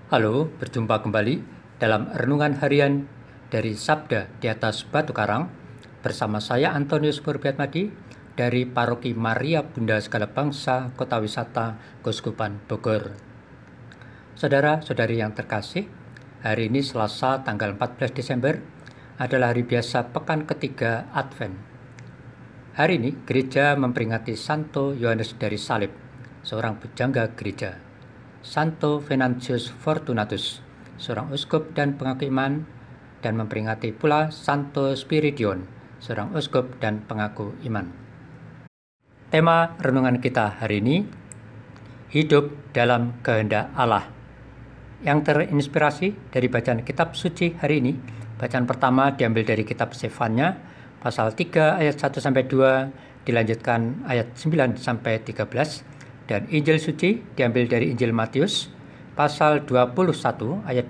Halo, berjumpa kembali dalam Renungan Harian dari Sabda di atas Batu Karang bersama saya Antonius Purbiatmadi dari Paroki Maria Bunda Segala Bangsa Kota Wisata Keuskupan Bogor. Saudara-saudari yang terkasih, hari ini Selasa tanggal 14 Desember adalah hari biasa pekan ketiga Advent. Hari ini gereja memperingati Santo Yohanes dari Salib, seorang pujangga gereja. Santo Venantius Fortunatus, seorang uskup dan pengaku iman, dan memperingati pula Santo Spiridion, seorang uskup dan pengaku iman. Tema renungan kita hari ini, hidup dalam kehendak Allah. Yang terinspirasi dari bacaan kitab suci hari ini, bacaan pertama diambil dari kitab Sefanya, pasal 3 ayat 1-2, dilanjutkan ayat 9-13, dan Injil suci diambil dari Injil Matius pasal 21 ayat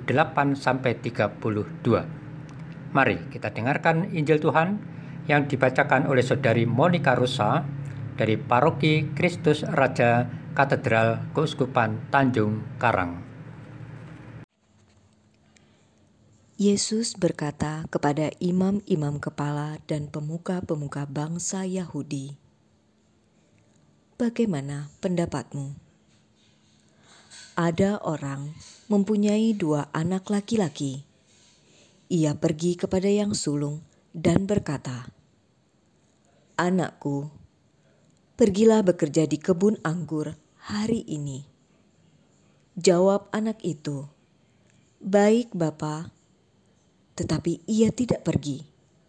28-32. Mari kita dengarkan Injil Tuhan yang dibacakan oleh Saudari Monica Rosa dari Paroki Kristus Raja Katedral Keuskupan Tanjung Karang. Yesus berkata kepada imam-imam kepala dan pemuka-pemuka bangsa Yahudi, "Bagaimana pendapatmu? Ada orang mempunyai 2 anak laki-laki. Ia pergi kepada yang sulung dan berkata, 'Anakku, pergilah bekerja di kebun anggur hari ini.' Jawab anak itu, 'Baik, Bapa,' tetapi ia tidak pergi.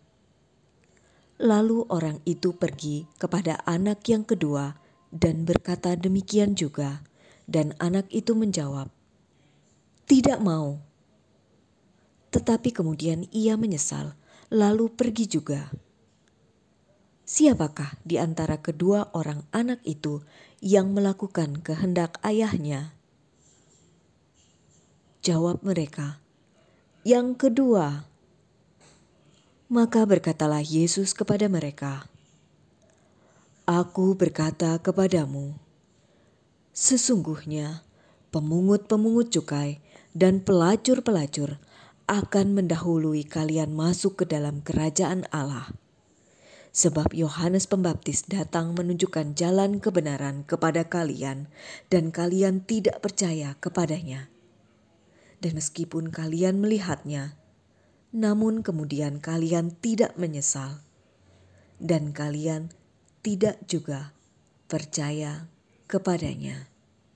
Lalu orang itu pergi kepada anak yang kedua dan berkata demikian juga, dan anak itu menjawab, 'Tidak mau.' Tetapi kemudian ia menyesal, lalu pergi juga. Siapakah di antara kedua orang anak itu yang melakukan kehendak ayahnya?" Jawab mereka, "Yang kedua." Maka berkatalah Yesus kepada mereka, "Aku berkata kepadamu, sesungguhnya pemungut-pemungut cukai dan pelacur-pelacur akan mendahului kalian masuk ke dalam kerajaan Allah. Sebab Yohanes Pembaptis datang menunjukkan jalan kebenaran kepada kalian, dan kalian tidak percaya kepadanya. Dan meskipun kalian melihatnya, namun kemudian kalian tidak menyesal, dan kalian tidak juga percaya kepadanya."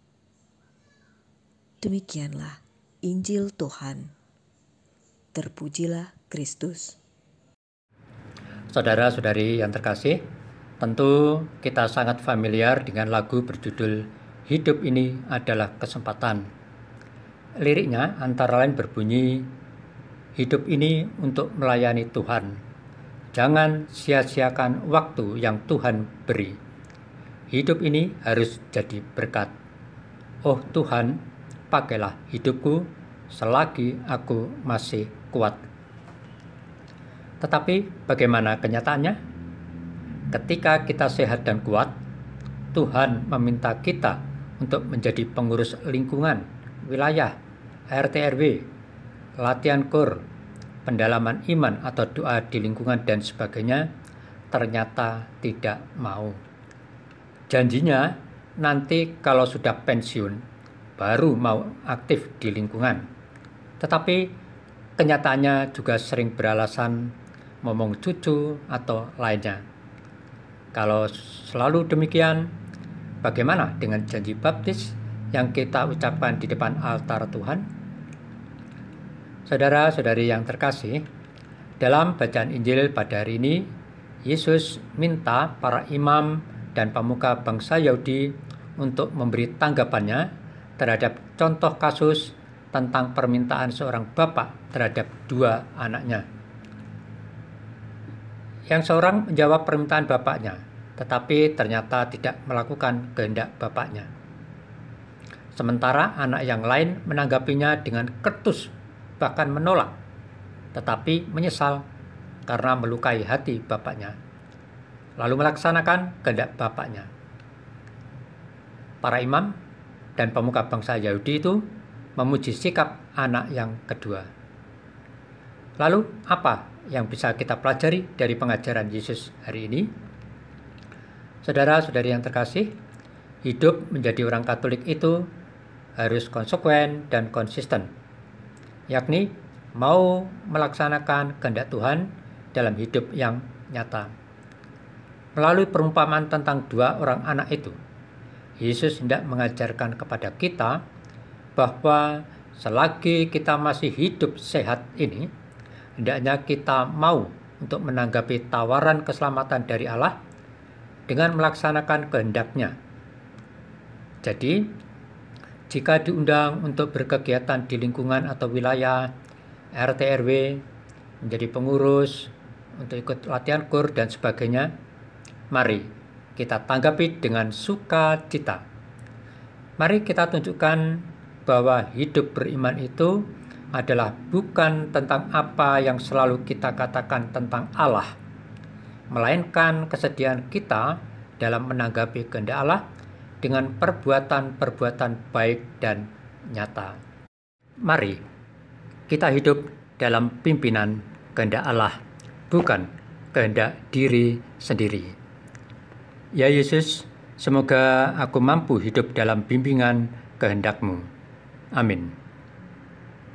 Demikianlah Injil Tuhan. Terpujilah Kristus. Saudara-saudari yang terkasih, tentu kita sangat familiar dengan lagu berjudul "Hidup Ini Adalah Kesempatan". Liriknya antara lain berbunyi, "Hidup ini untuk melayani Tuhan. Jangan sia-siakan waktu yang Tuhan beri. Hidup ini harus jadi berkat. Oh Tuhan, pakailah hidupku selagi aku masih kuat." Tetapi bagaimana kenyataannya? Ketika kita sehat dan kuat, Tuhan meminta kita untuk menjadi pengurus lingkungan, wilayah, RT RW, latihan kur, pendalaman iman atau doa di lingkungan dan sebagainya, ternyata tidak mau. Janjinya nanti kalau sudah pensiun baru mau aktif di lingkungan. Tetapi kenyataannya juga sering beralasan ngomong cucu atau lainnya. Kalau selalu demikian, bagaimana dengan janji baptis yang kita ucapkan di depan altar Tuhan? Saudara-saudari yang terkasih, dalam bacaan Injil pada hari ini, Yesus minta para imam dan pemuka bangsa Yahudi untuk memberi tanggapannya terhadap contoh kasus tentang permintaan seorang bapak terhadap 2 anaknya. Yang seorang menjawab permintaan bapaknya, tetapi ternyata tidak melakukan kehendak bapaknya. Sementara anak yang lain menanggapinya dengan ketus, bahkan menolak, tetapi menyesal karena melukai hati bapaknya, lalu melaksanakan kehendak bapaknya. Para imam dan pemuka bangsa Yahudi itu memuji sikap anak yang kedua. Lalu apa yang bisa kita pelajari dari pengajaran Yesus hari ini? Saudara-saudari yang terkasih, hidup menjadi orang Katolik itu harus konsekuen dan konsisten, yakni mau melaksanakan kehendak Tuhan dalam hidup yang nyata. Melalui perumpamaan tentang dua orang anak itu, Yesus hendak mengajarkan kepada kita bahwa selagi kita masih hidup sehat ini, hendaknya kita mau untuk menanggapi tawaran keselamatan dari Allah dengan melaksanakan kehendak-Nya. Jadi, jika diundang untuk berkegiatan di lingkungan atau wilayah RT RW, menjadi pengurus, untuk ikut latihan kur dan sebagainya, mari kita tanggapi dengan sukacita. Mari kita tunjukkan bahwa hidup beriman itu adalah bukan tentang apa yang selalu kita katakan tentang Allah, melainkan kesediaan kita dalam menanggapi kehendak Allah dengan perbuatan-perbuatan baik dan nyata. Mari kita hidup dalam pimpinan kehendak Allah, bukan kehendak diri sendiri. Ya Yesus, semoga aku mampu hidup dalam bimbingan kehendak-Mu. Amin.